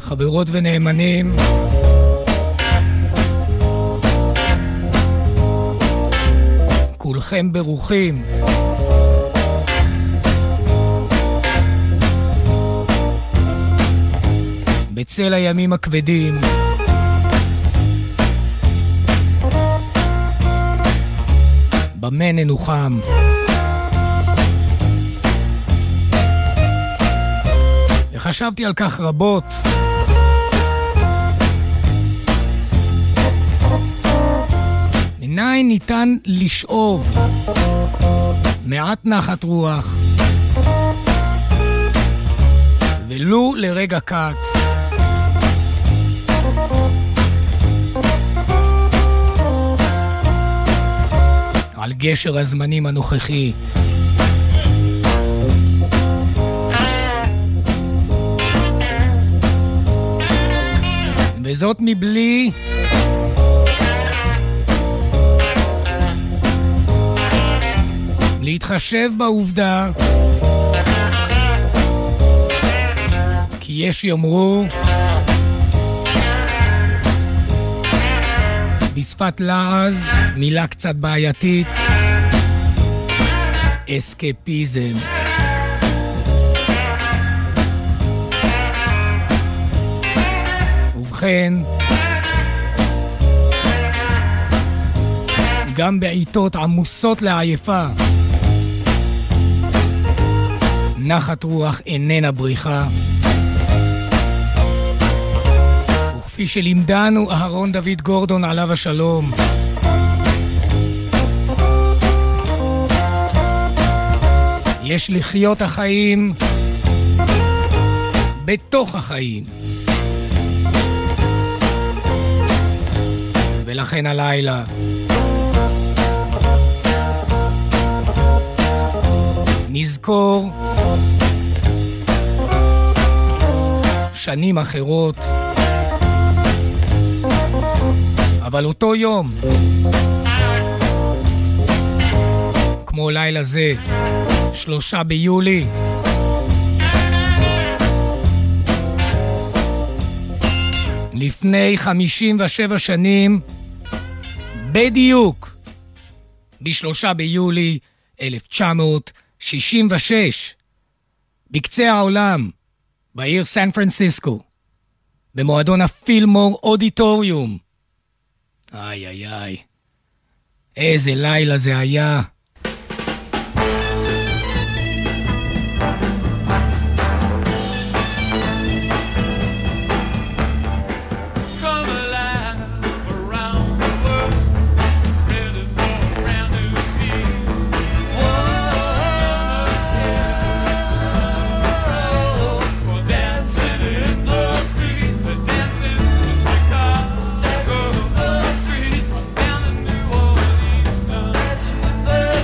חברות ונאמנים, כולכם ברוכים. בצל הימים הכבדים, במה ננוחם. וחשבתי על כך רבות. מניין ניתן לשאוב מעט נחת רוח, ולו לרגע קט. על גשר הזמנים הנוכחי. וזאת מבלי להתחשב בעובדה כי יש יאמרו בשפת לעז, מילה קצת בעייתית, אסקפיזם. ובכן, גם בעיתות עמוסות לעייפה, נחת רוח איננה בריחה. וכפי שלימדנו אהרון דוד גורדון עליו השלום, יש לחיות החיים בתוך החיים. ולכן הלילה נזכור שנים אחרות, אבל אותו יום, כמו לילה זה, 3 ביולי, לפני 57 שנים, בדיוק, ב3 ביולי 1966, בקצה העולם, בעיר סן פרנסיסקו, במועדון הפילמור אודיטוריום. איי איי איי, איזה לילה זה היה. Dancing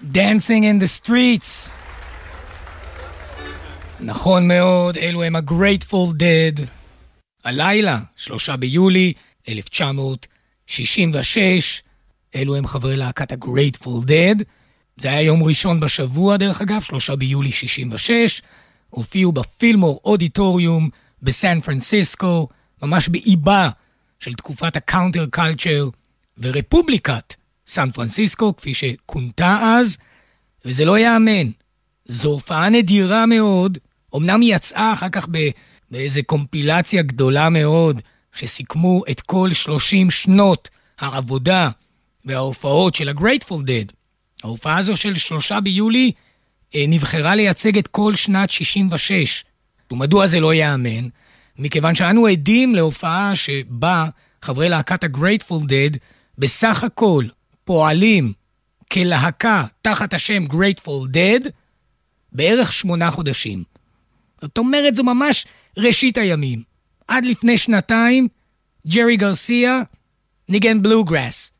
Dancing in the Streets. נכון מאוד, אלו הם ה-Grateful Dead. הלילה, 3 ביולי 1966, אלו הם חברי להקת ה-Grateful Dead. זה היה יום ראשון בשבוע דרך אגב, 3 ביולי 66, הופיעו בפילמור אודיטוריום בסן פרנסיסקו, ממש באיבה של תקופת הקאונטר קלצ'ר ורפובליקת סן פרנסיסקו, כפי שכונתה אז, וזה לא יאמן. זו הופעה נדירה מאוד, אמנם היא יצאה אחר כך באיזו קומפילציה גדולה מאוד, שסיכמו את כל 30 שנות העבודה וההופעות של ה-Grateful Dead. ההופעה הזו של 3 ביולי נבחרה לייצג את כל שנת 66. ומדוע זה לא יאמן? מכיוון שאנו עדים להופעה שבה חברי להקת ה-Grateful Dead בסך הכל פועלים כלהקה תחת השם Grateful Dead בערך 8 חודשים. זאת אומרת, זו ממש ראשית הימים. עד לפני 2 ג'רי גרסיה ניגן בלוגראס.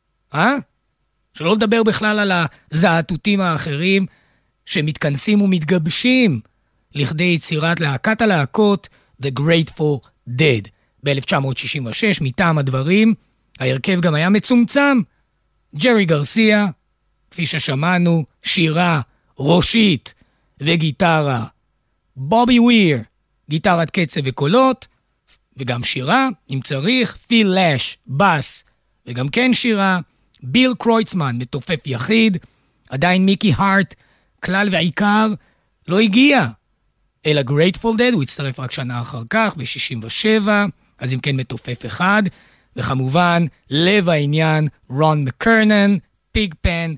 שלא לדבר בכלל על הזעתותים האחרים שמתכנסים ומתגבשים לכדי יצירת להקת הלהקות The Grateful Dead. ב-1966, מטעם הדברים, ההרכב גם היה מצומצם. ג'רי גרסיה, כפי ששמענו, שירה, ראשית וגיטרה. בובי וויר, גיטרת קצב וקולות, וגם שירה, אם צריך, פיל לש, בס, וגם כן שירה, ביל קרויצמן, מתופף יחיד, עדיין מיקי הארט, כלל ועיקר, לא הגיע אל ה-Grateful Dead, הוא הצטרף רק שנה אחר כך, ב-67, אז אם כן מתופף אחד, וכמובן, לב העניין, רון מקרנן, פיג פן,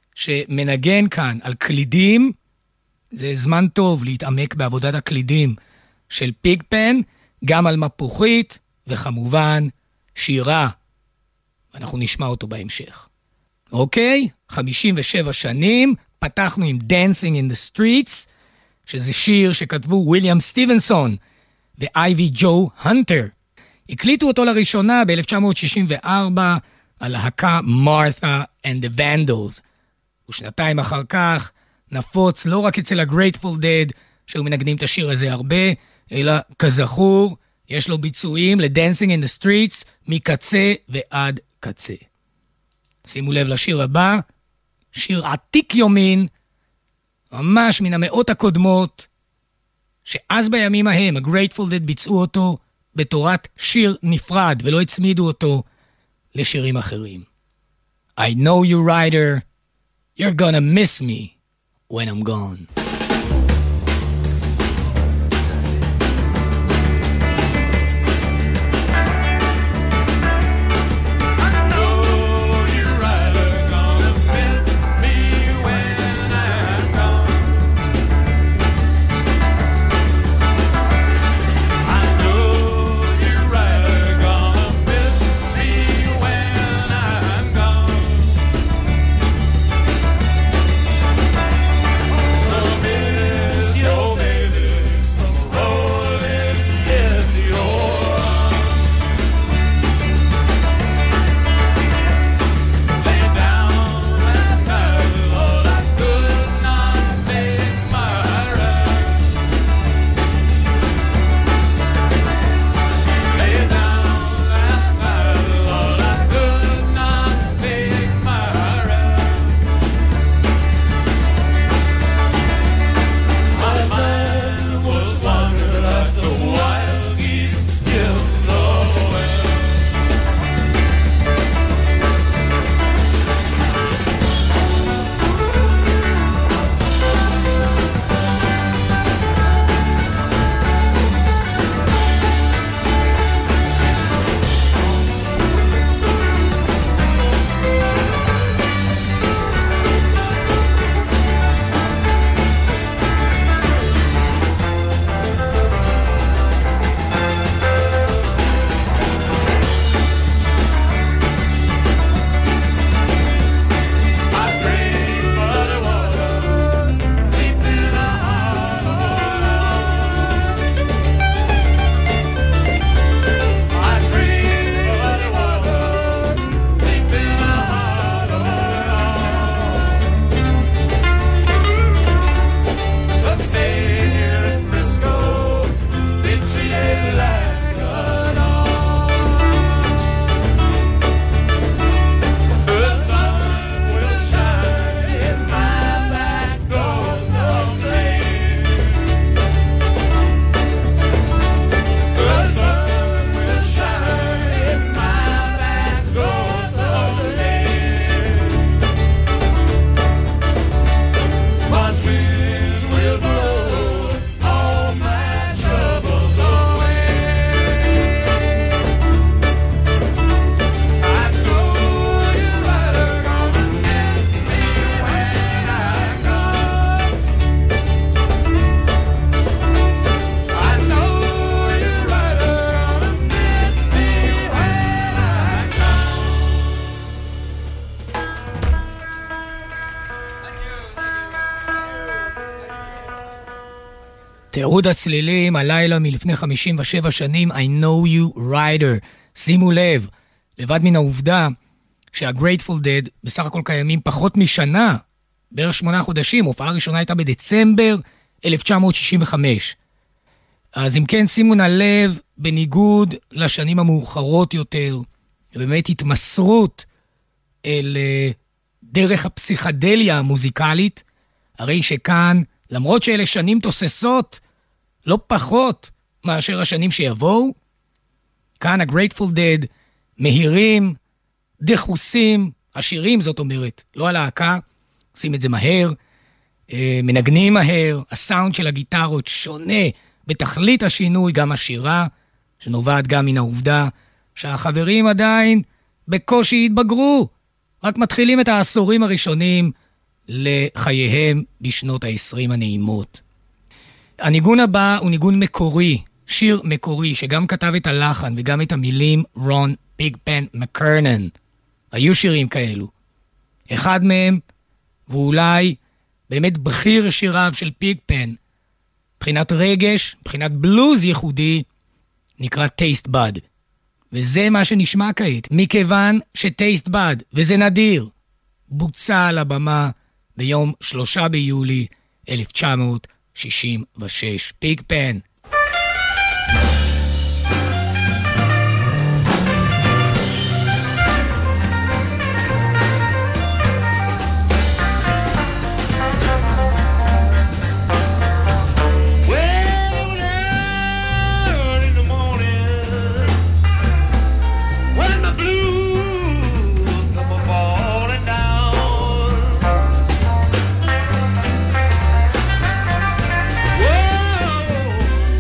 שמנגן כאן על קלידים, זה זמן טוב להתעמק בעבודת הקלידים של פיג פן, גם על מפוחית, וכמובן, שירה. אנחנו נשמע אותו בהמשך. אוקיי? 57 שנים, פתחנו עם Dancing in the Streets, שזה שיר שכתבו וויליאם סטיבנסון ואייבי ג'ו הנטר. הקליטו אותו לראשונה ב-1964 על להקה Martha and the Vandals. ושנתיים אחר כך נפוץ לא רק אצל ה-Grateful Dead, שהיו מנגנים את השיר הזה הרבה, אלא כזכור, יש לו ביצועים ל-Dancing in the Streets מקצה ועד קצה. שימו לב לשיר הבא, שיר עתיק יומין, ממש מן המאות הקודמות, שאז בימים ההם ה-Grateful Dead ביצעו אותו בתורת שיר נפרד, ולא הצמידו אותו לשירים אחרים. I know you rider, you're gonna miss me when I'm gone. The תיעוד הצלילים, הלילה מלפני 57 שנים, I know you rider. שימו לב, לבד מן העובדה שה-Grateful Dead בסך הכל קיימים פחות משנה, בערך 8 חודשים, הופעה הראשונה הייתה בדצמבר 1965. אז אם כן, שימו נא לב, בניגוד לשנים המאוחרות יותר, באמת התמסרות אל דרך הפסיכדליה המוזיקלית, הרי שכאן, למרות שאלה שנים תוססות, לא פחות מאשר השנים שיבואו, כאן ה-Grateful Dead מהירים, דחוסים, עשירים זאת אומרת, לא הלהקה, עושים את זה מהר, מנגנים מהר, הסאונד של הגיטרות שונה בתכלית השינוי, גם השירה, שנובעת גם מן העובדה שהחברים עדיין בקושי התבגרו, רק מתחילים את העשורים הראשונים לחייהם בשנות ה-20 הנעימות. הניגון הבא הוא ניגון מקורי, שיר מקורי, שגם כתב את הלחן וגם את המילים רון פיגפן מקרנן. היו שירים כאלו. אחד מהם, ואולי באמת בכיר שיריו של פיגפן, מבחינת רגש, מבחינת בלוז ייחודי, נקרא Taste Bud. וזה מה שנשמע כעת, מכיוון ש-Taste Bud, וזה נדיר, בוצע על הבמה ביום 3 ביולי 1966. פיגפן. Whoa,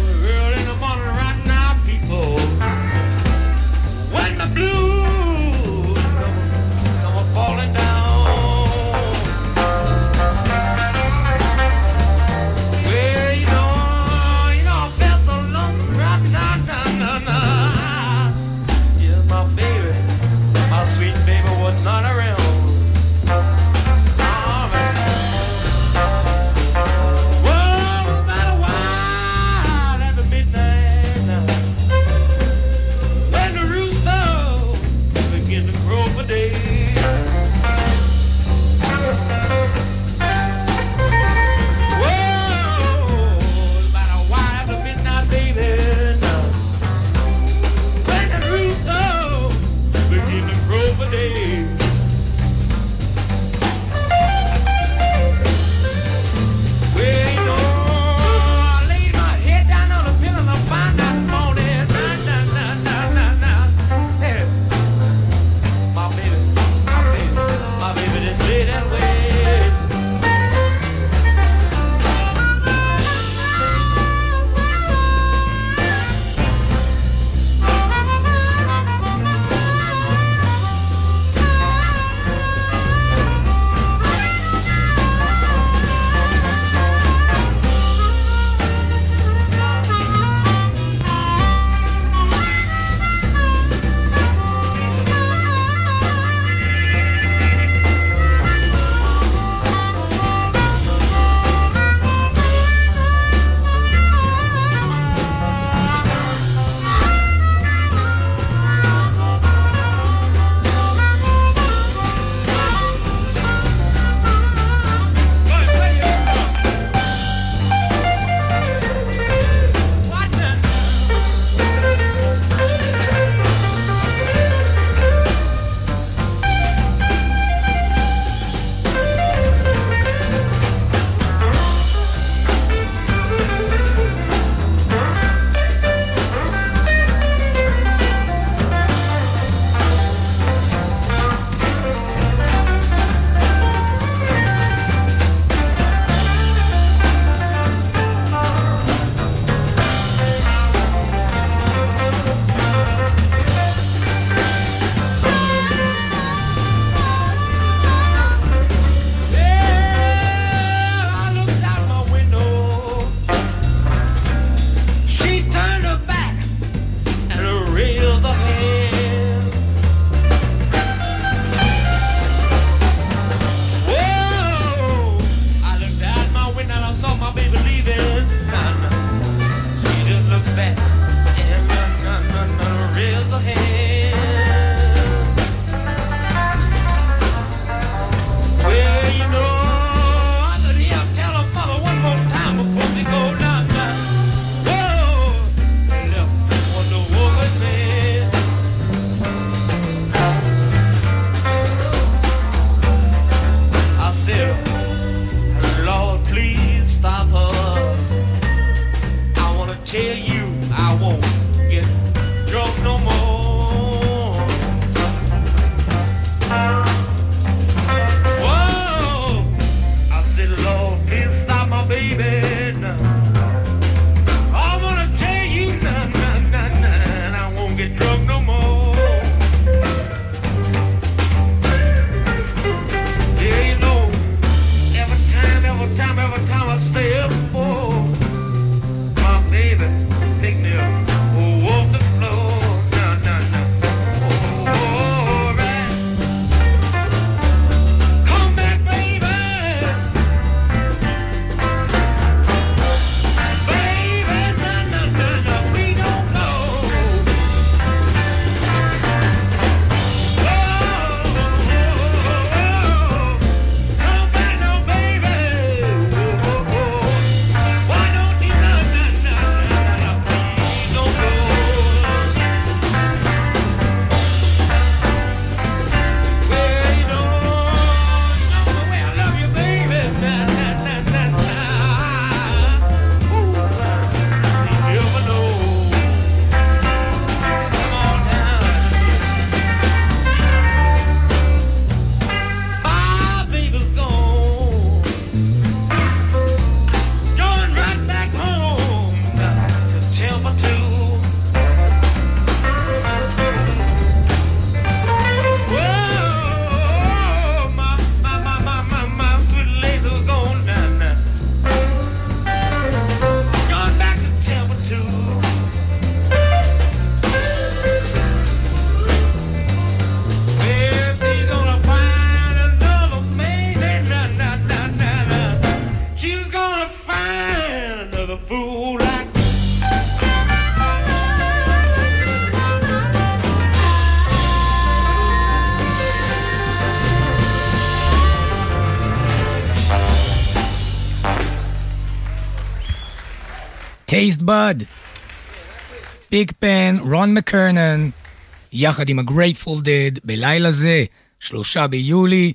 Taste Bud, Big Pen, רון מקרנן, יחד עם ה-Grateful Dead, בלילה זה, 3 ביולי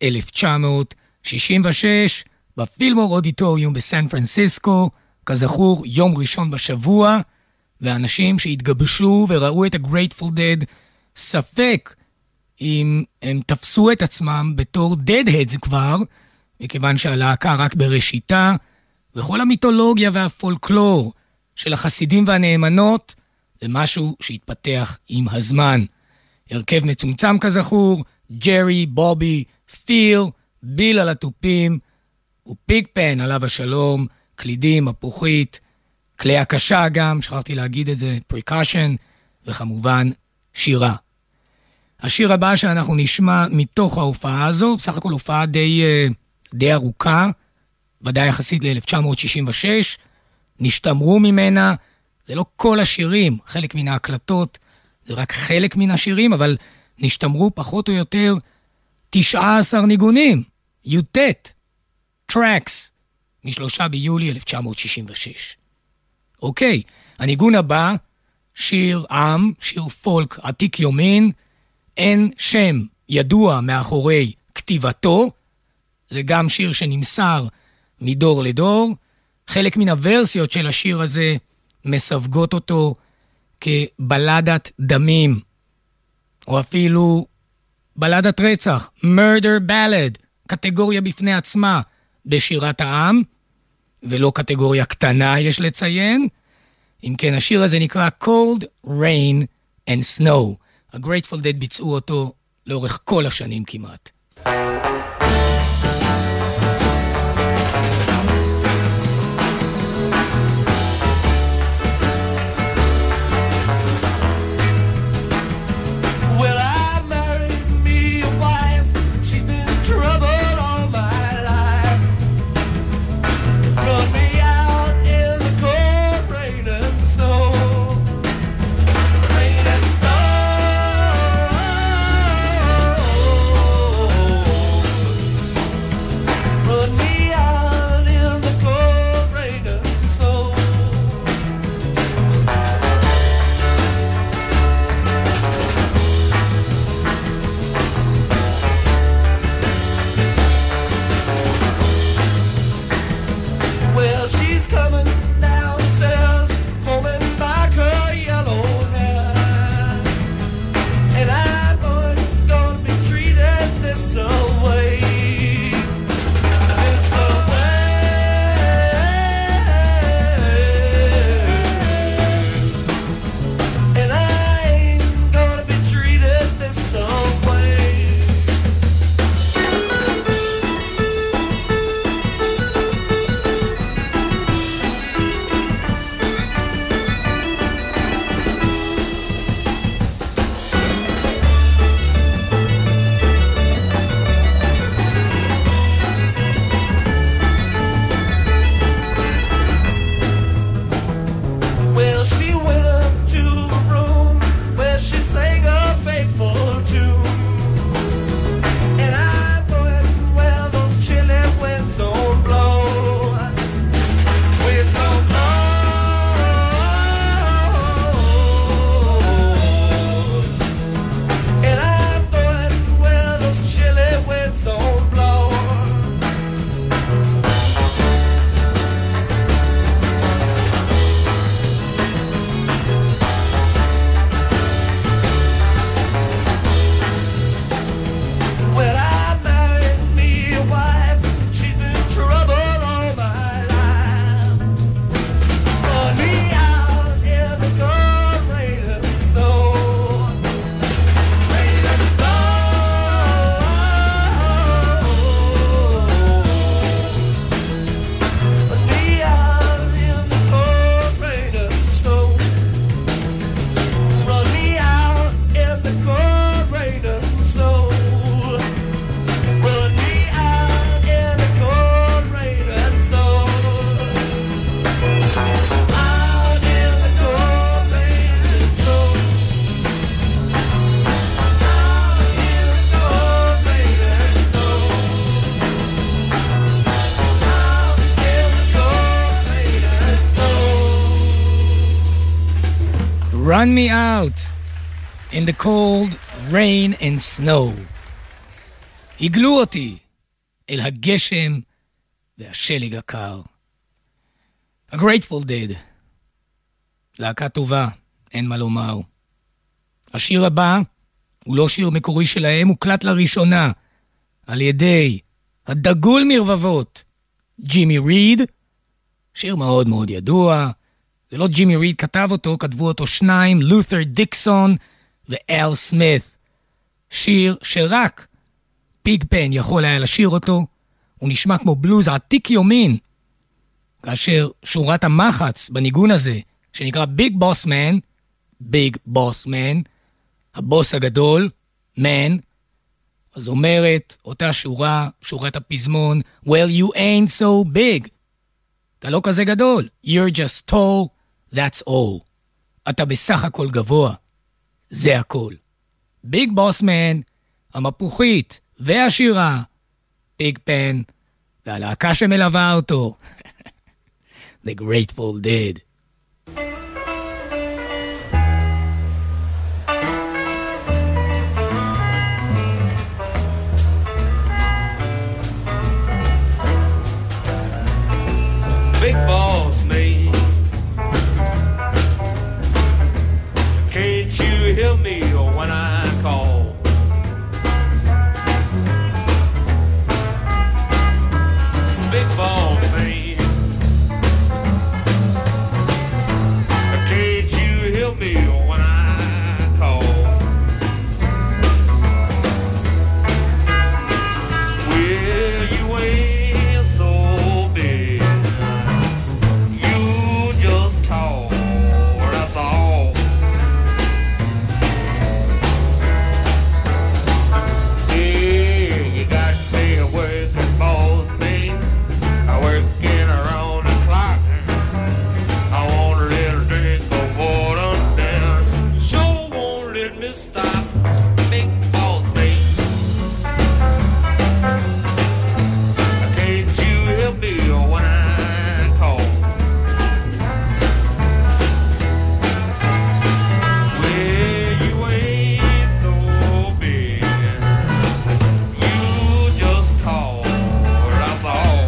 1966, בפילמור אודיטוריום בסן פרנסיסקו, כזכור יום ראשון בשבוע, ואנשים שהתגבשו וראו את ה-Grateful Dead, ספק אם הם תפסו את עצמם בתור Deadheads כבר, מכיוון שהלהקה רק בראשיתה, וכל המיתולוגיה והפולקלור של החסידים והנאמנות, זה משהו שהתפתח עם הזמן. הרכב מצומצם כזכור, ג'רי, בובי, פיל, ביל על התופים, ופיג פן עליו השלום, קלידים, מפוחית, כלי הקשה גם, שכחתי להגיד את זה, פריקשן, וכמובן שירה. השיר הבא שאנחנו נשמע מתוך ההופעה הזו, בסך הכל הופעה די ארוכה, ודאי יחסית ל-1966, נשתמרו ממנה, זה לא כל השירים, חלק מן ההקלטות, זה רק חלק מן השירים, אבל נשתמרו פחות או יותר 19 ניגונים, י"ט, טרקס, מ3 ביולי 1966. אוקיי, הניגון הבא, שיר עם, שיר פולק עתיק יומין, אין שם ידוע מאחורי כתיבתו, זה גם שיר שנמסר מדור לדור, חלק מן הוורסיות של השיר הזה מסווגות אותו כבלדת דמים, או אפילו בלדת רצח, murder ballad, קטגוריה בפני עצמה בשירת העם, ולא קטגוריה קטנה יש לציין. אם כן, השיר הזה נקרא Cold, Rain and Snow. ה-Grateful Dead ביצעו אותו לאורך כל השנים כמעט. Oh Run me out in the cold rain and snow. הגלו אותי אל הגשם והשלג הקר. A Grateful Dead. להקה טובה, אין מה לומר. השיר הבא הוא לא שיר מקורי שלהם, הוא קלט לראשונה על ידי הדגול מרבבות, ג'ימי ריד. שיר מאוד מאוד ידוע. זה לא ג'ימי ריד כתב אותו, כתבו אותו שניים, לותר דיקסון ואל סמית. שיר שרק פיג פן יכול היה לשיר אותו. הוא נשמע כמו בלוז עתיק יומין, כאשר שורת המחץ בניגון הזה, שנקרא ביג בוס מן, ביג בוס מן, הבוס הגדול, מן, אז אומרת אותה שורה, שורת הפזמון, well you ain't so big, אתה לא כזה גדול, you're just tall, that's all, אתה בסך הכל גבוה, זה הכל. ביג בוס מן, המפוחית והשירה, ביג פן, והלהקה שמלווה אותו, The Grateful Dead. Big boss man, can't you hear me when I call? Big boss man, can't you hear me when I call? Well, you ain't so big, you just tall, that's all. Yeah, you got me a working boss man, I working around the clock. I want a little drink of water down, sure won't let me stop. Big boss man, can't you hear me when I call? Well, you ain't so big, you just tall, that's all.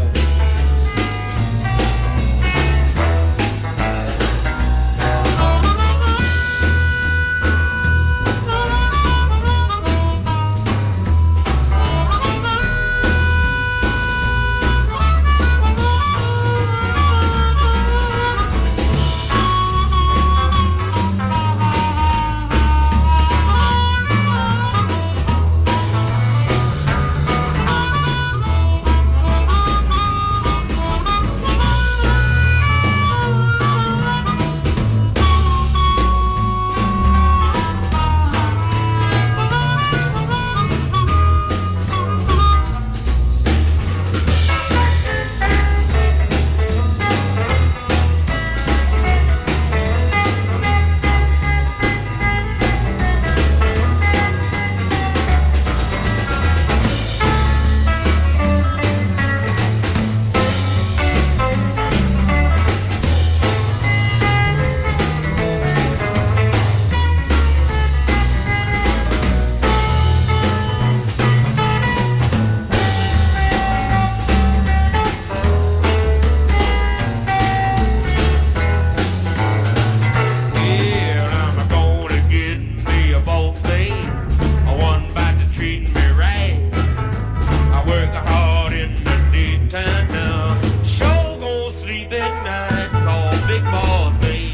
Yeah, I'm gonna get me a boss man, one about to treat me right. I work hard in the daytime now, sure gonna sleep at night. Call big boss man,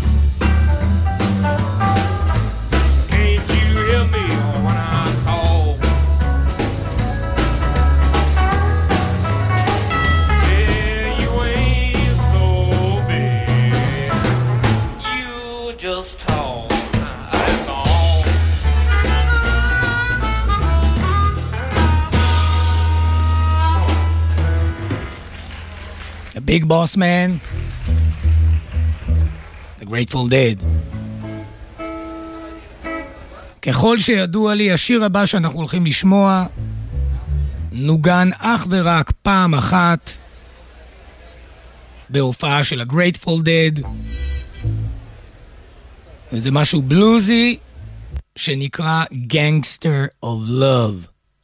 can't you hear me when I call? Yeah, you ain't so big, you just tall, that's all. The Big Boss Man, The Grateful Dead. ככל שידוע לי, השיר הבא שאנחנו הולכים לשמוע נוגן אך ורק פעם אחת בהופעה של ה-Grateful Dead. וזה משהו בלוזי שנקרא Gangster of Love.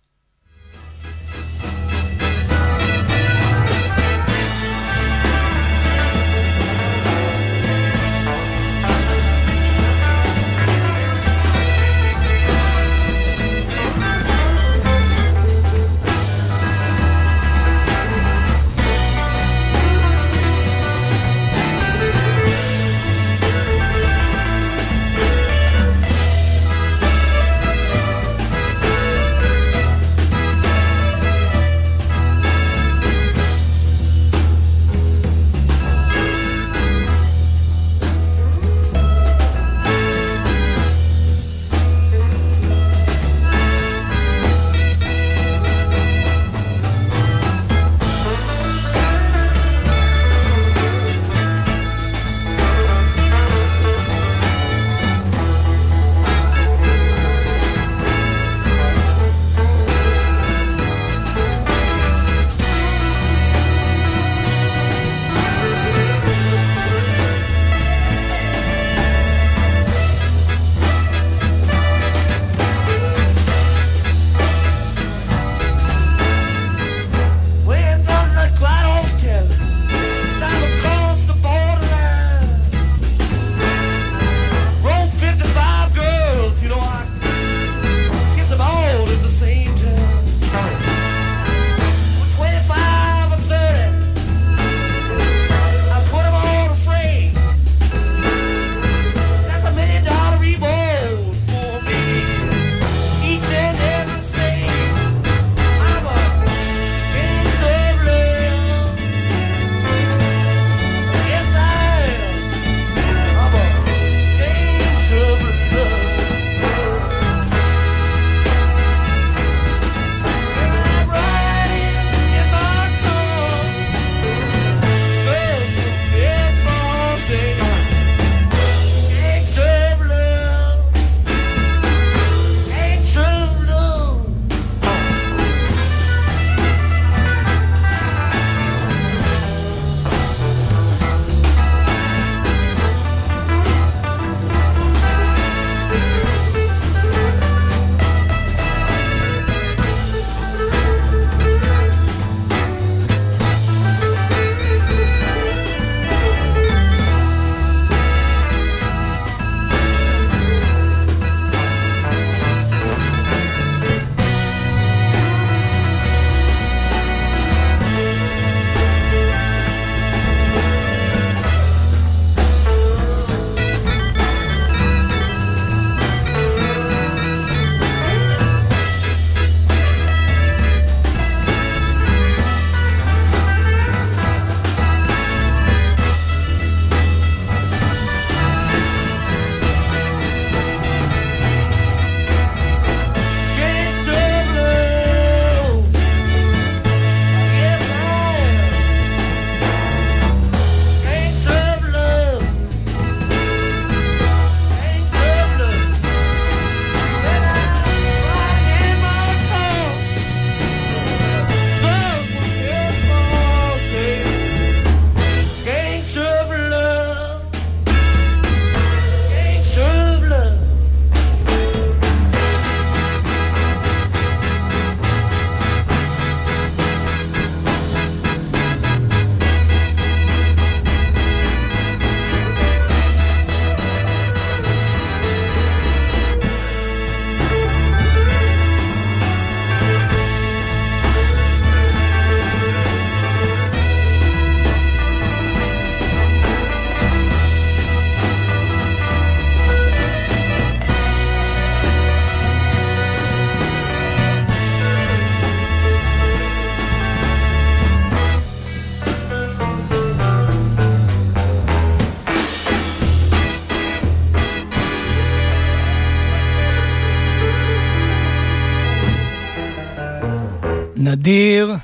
נדיר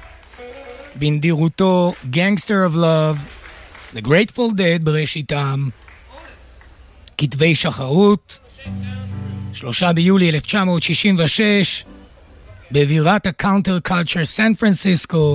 בנדירותו Gangster of Love, The Grateful Dead בראשיתם, כתבי שחרות, 3 ביולי 1966, בבירת הקאונטר קולצ'ר סן פרנסיסקו.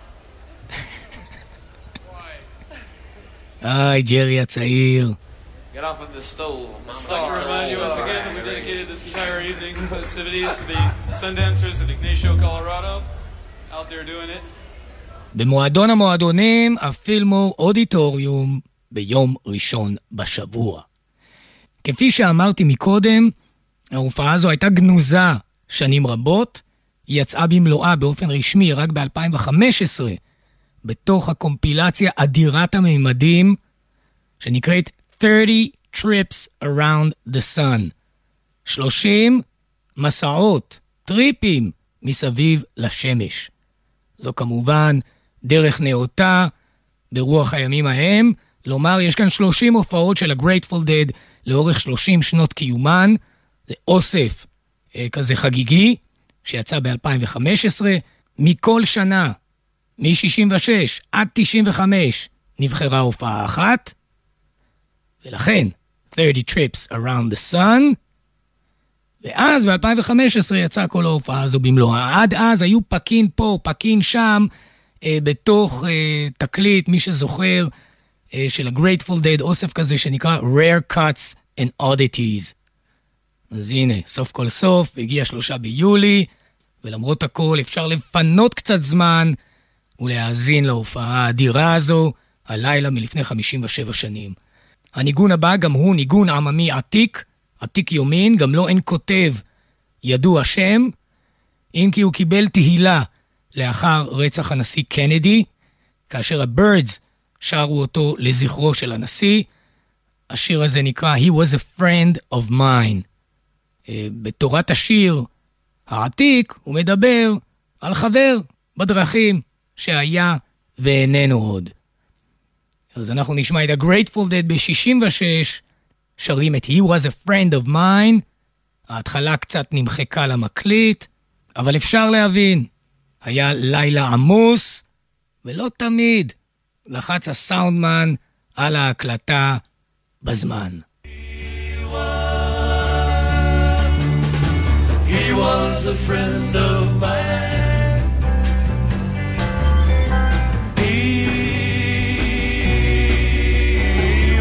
היי, ג'רי הצעיר. Get off of the stove. I'd like to remind you once again that we dedicated this entire evening festivities to the Sundancers of Ignacio, Colorado, out there doing it. במועדון המועדונים, הפילמור אודיטוריום, ביום ראשון בשבוע. כפי שאמרתי מקודם, ההופעה הזו הייתה גנוזה שנים רבות, היא יצאה במלואה באופן רשמי רק ב-2015, בתוך הקומפילציה אדירת הממדים, שנקראת 30 Trips Around the Sun. 30 מסעות, טריפים, מסביב לשמש. זו כמובן דרך נאותה ברוח הימים ההם, לומר יש כאן 30 הופעות של ה-Grateful Dead לאורך 30 שנות קיומן, זה אוסף כזה חגיגי שיצא ב-2015, מכל שנה, מ-66 עד 95 נבחרה הופעה אחת, ולכן 30 Trips Around the Sun, ואז ב-2015 יצאה כל ההופעה הזו במלואה. עד אז היו פקין פה, פקין שם, בתוך תקליט, מי שזוכר, של ה-Grateful Dead, אוסף כזה שנקרא Rare Cuts and Oddities. אז הנה, סוף כל סוף, הגיע 3 ביולי, ולמרות הכל אפשר לפנות קצת זמן, ולהאזין להופעה האדירה הזו, הלילה מלפני 57 שנים. הניגון הבא גם הוא ניגון עממי עתיק, עתיק יומין, גם לא אין כותב ידוע שם, אם כי הוא קיבל תהילה לאחר רצח הנשיא קנדי, כאשר הבירדס שרו אותו לזכרו של הנשיא. השיר הזה נקרא He was a friend of mine. בתורת השיר העתיק הוא מדבר על חבר בדרכים שהיה ואיננו עוד. אז אנחנו נשמע את ה-Grateful Dead ב-66, שרים את He was a friend of mine. ההתחלה קצת נמחקה למקליט, אבל אפשר להבין, היה לילה עמוס, ולא תמיד לחץ הסאונדמן על ההקלטה בזמן. He was a friend of mine. He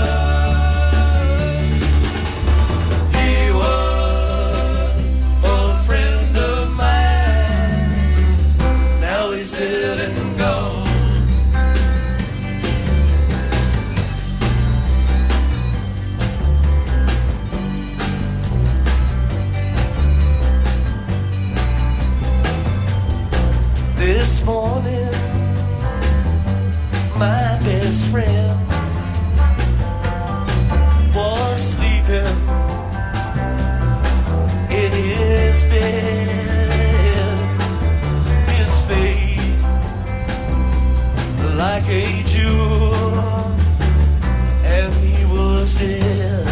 was a friend of mine. Now he's dead and gone. This morning, my best friend was sleeping in his bed. His face like a jewel, and he was dead.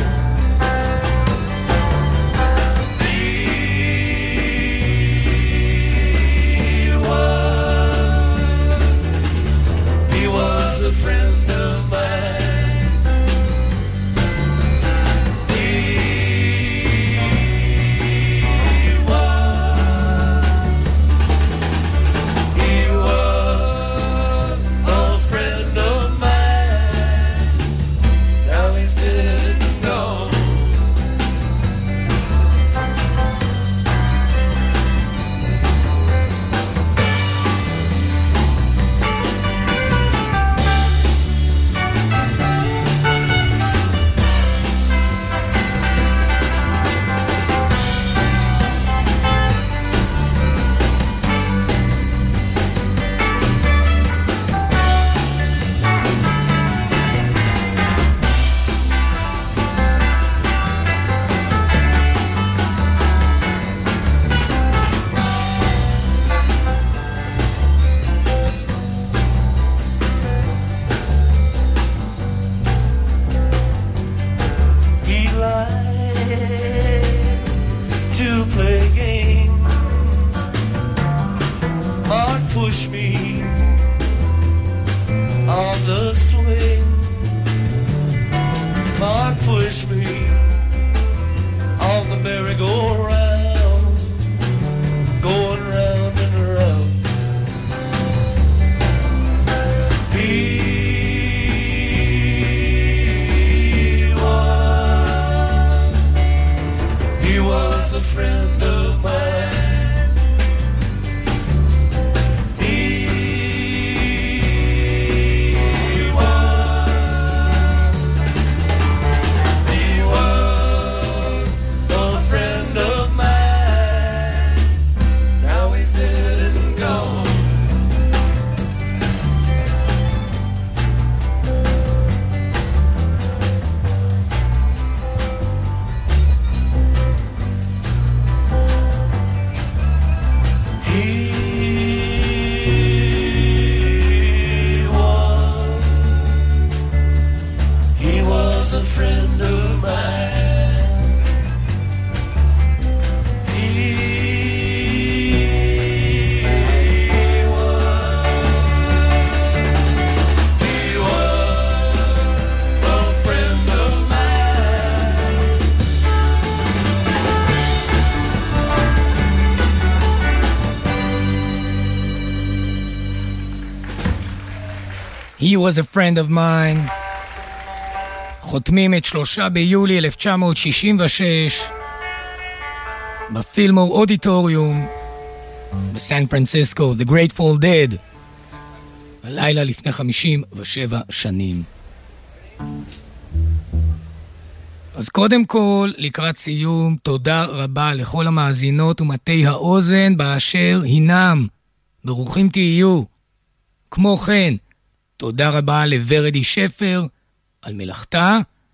A friend of mine. He was a friend of mine. Now he's dead and gone. He was He was a friend of mine. חותמים את 3 ביולי 1966 בפילמור אודיטוריום בסן פרנסיסקו, The Grateful Dead, הלילה לפני 57 שנים. אז קודם כל, לקראת סיום, תודה רבה לכל המאזינות ומתי האוזן באשר הינם. ברוכים תהיו. כמו כן, תודה רבה לוורדי שפר על מלאכתה,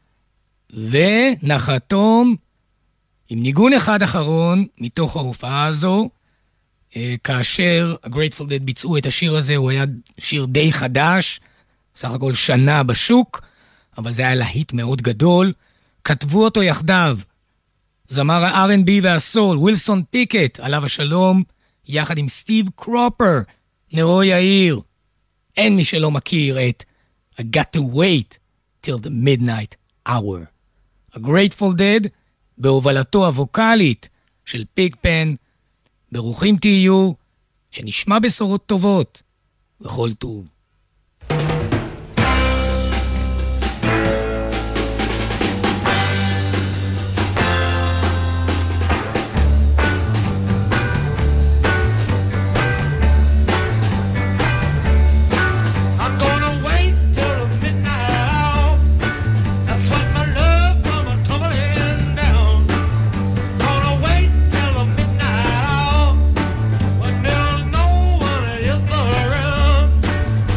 ונחתום עם ניגון אחד אחרון מתוך ההופעה הזו. כאשר ה-Grateful Dead ביצעו את השיר הזה, הוא היה שיר די חדש, סך הכל שנה בשוק, אבל זה היה להיט מאוד גדול. כתבו אותו יחדיו זמר ה-R&B והסול ווילסון פיקט, עליו השלום, יחד עם סטיב קרופר, נרו יאיר. אין מי שלא מכיר את I Got to Wait Till the Midnight Hour. ה-Grateful Dead בהובלתו הווקלית של פיגפן. ברוכים תהיו, שנשמע בשורות טובות וכל טוב. Around.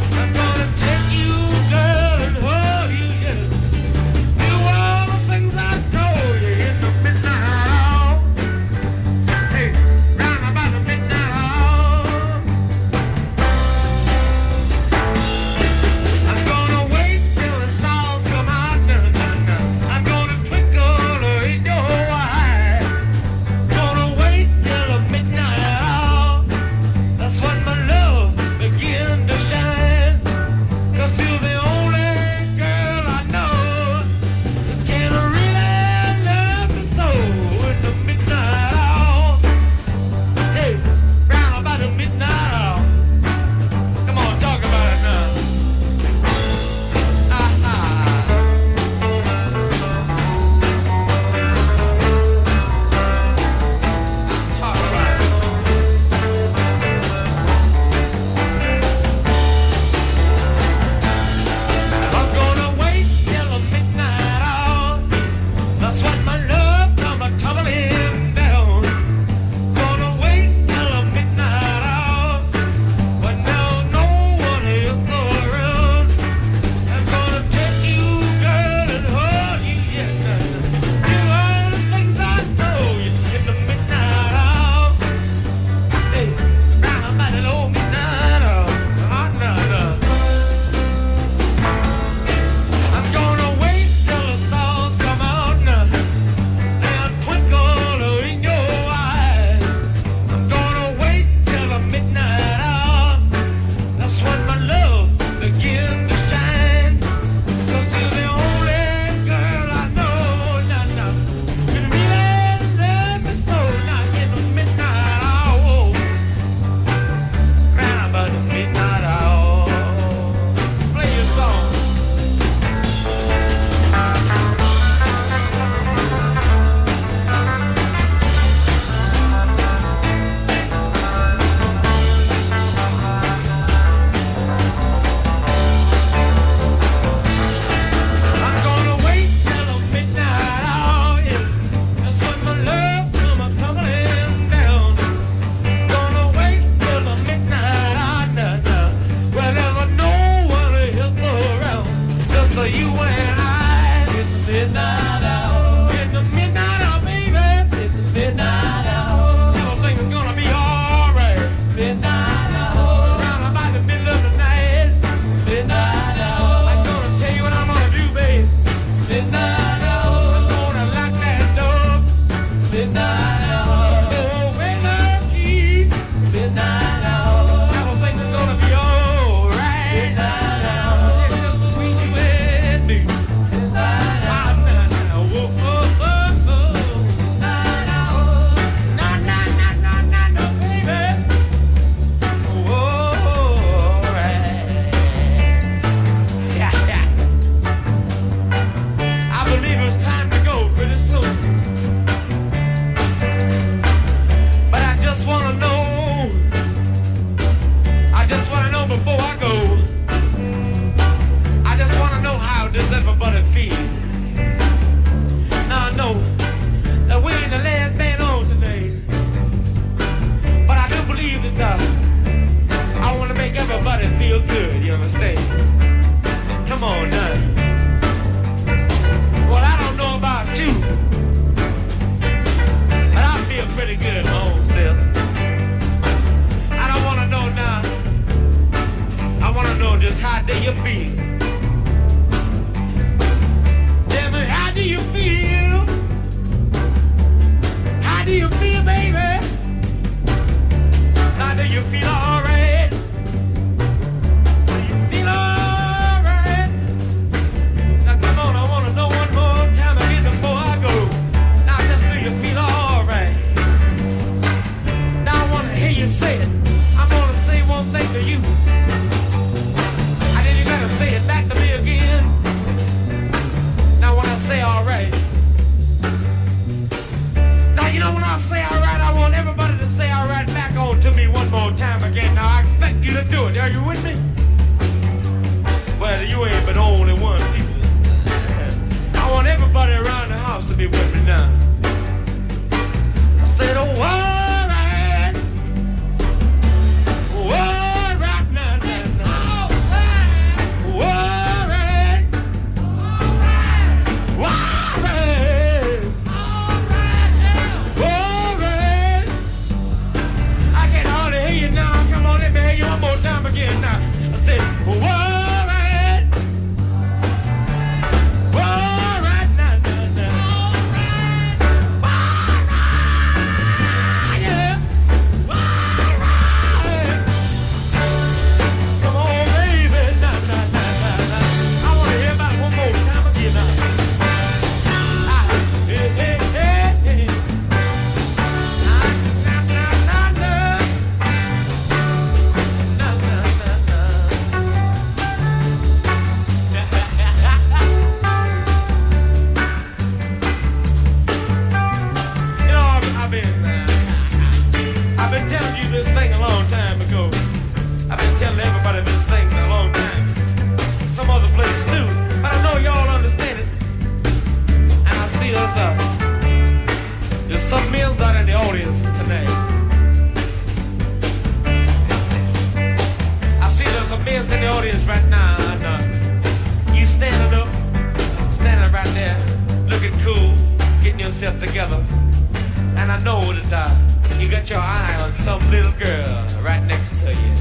you got your eye on some little girl right next to you.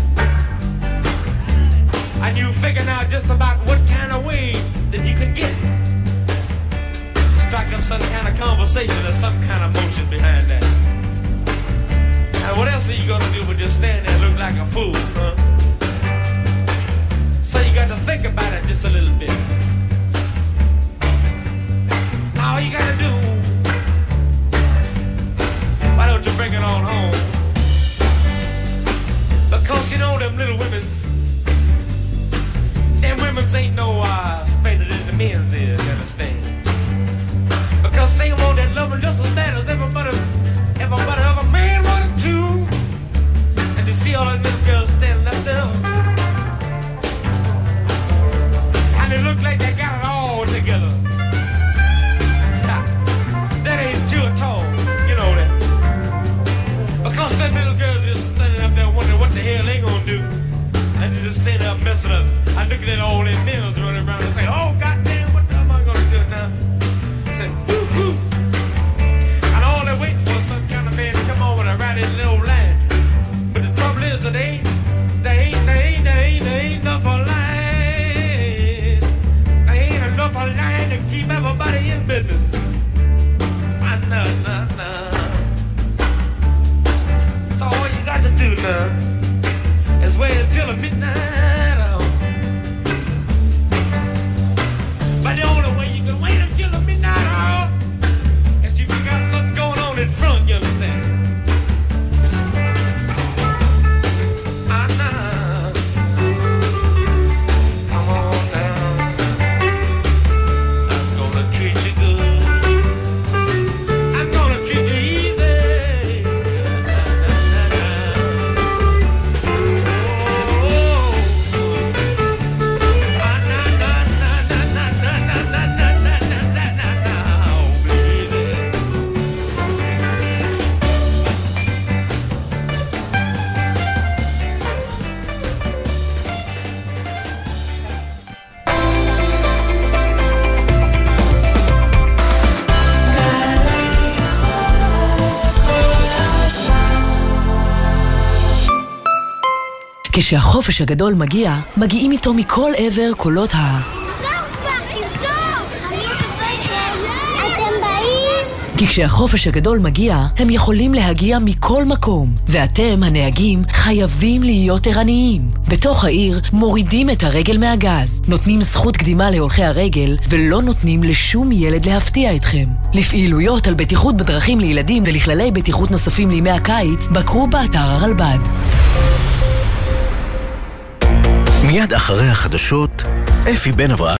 And you figuring out just about what kind of way that you can get to strike up some kind of conversation or some kind of motion behind that. And what else are you gonna do but just stand there and look like a fool, huh? So you got to think about it just a little bit. Now all you gotta do, why don't you bring it on home? Because you know them little women's ain't no better than the men's is, you understand? Because they want that loving just as bad as everybody ever man wanted to. And to see all those little girls standing up there, and they look like they got it all together. That ain't true at all, you know that. Because that little girl just standing up there wondering what the hell they gonna do. And you just stand up messing up. I look at that old males running around and say, oh, goddamn, what am I going to do now? I say, whoo, whoo. And all they're waiting for is some kind of man to come over and write in little line. But the trouble is that they ain't enough of line. They ain't enough of line to keep everybody in business. Nah. So all you got to do now is wait until midnight hour. But the only way you can wait until the midnight hour is if you got something going on in front, you understand? Nah. Come on now. I'm gonna treat you good. I'm gonna treat you easy. כשהחופש הגדול מגיע, מגיעים איתו מכל עבר קולות אתם באים? כי כשהחופש הגדול מגיע, הם יכולים להגיע מכל מקום, ואתם, הנהגים, חייבים להיות ערניים. בתוך העיר מורידים את הרגל מהגז, נותנים זכות קדימה להולכי הרגל, ולא נותנים לשום ילד להפתיע אתכם. לפעילויות על בטיחות בדרכים לילדים ולכללי בטיחות נוספים לימי הקיץ, בקרו באתר הרלב"ד. מיד אחרי החדשות, אפי בן אברהם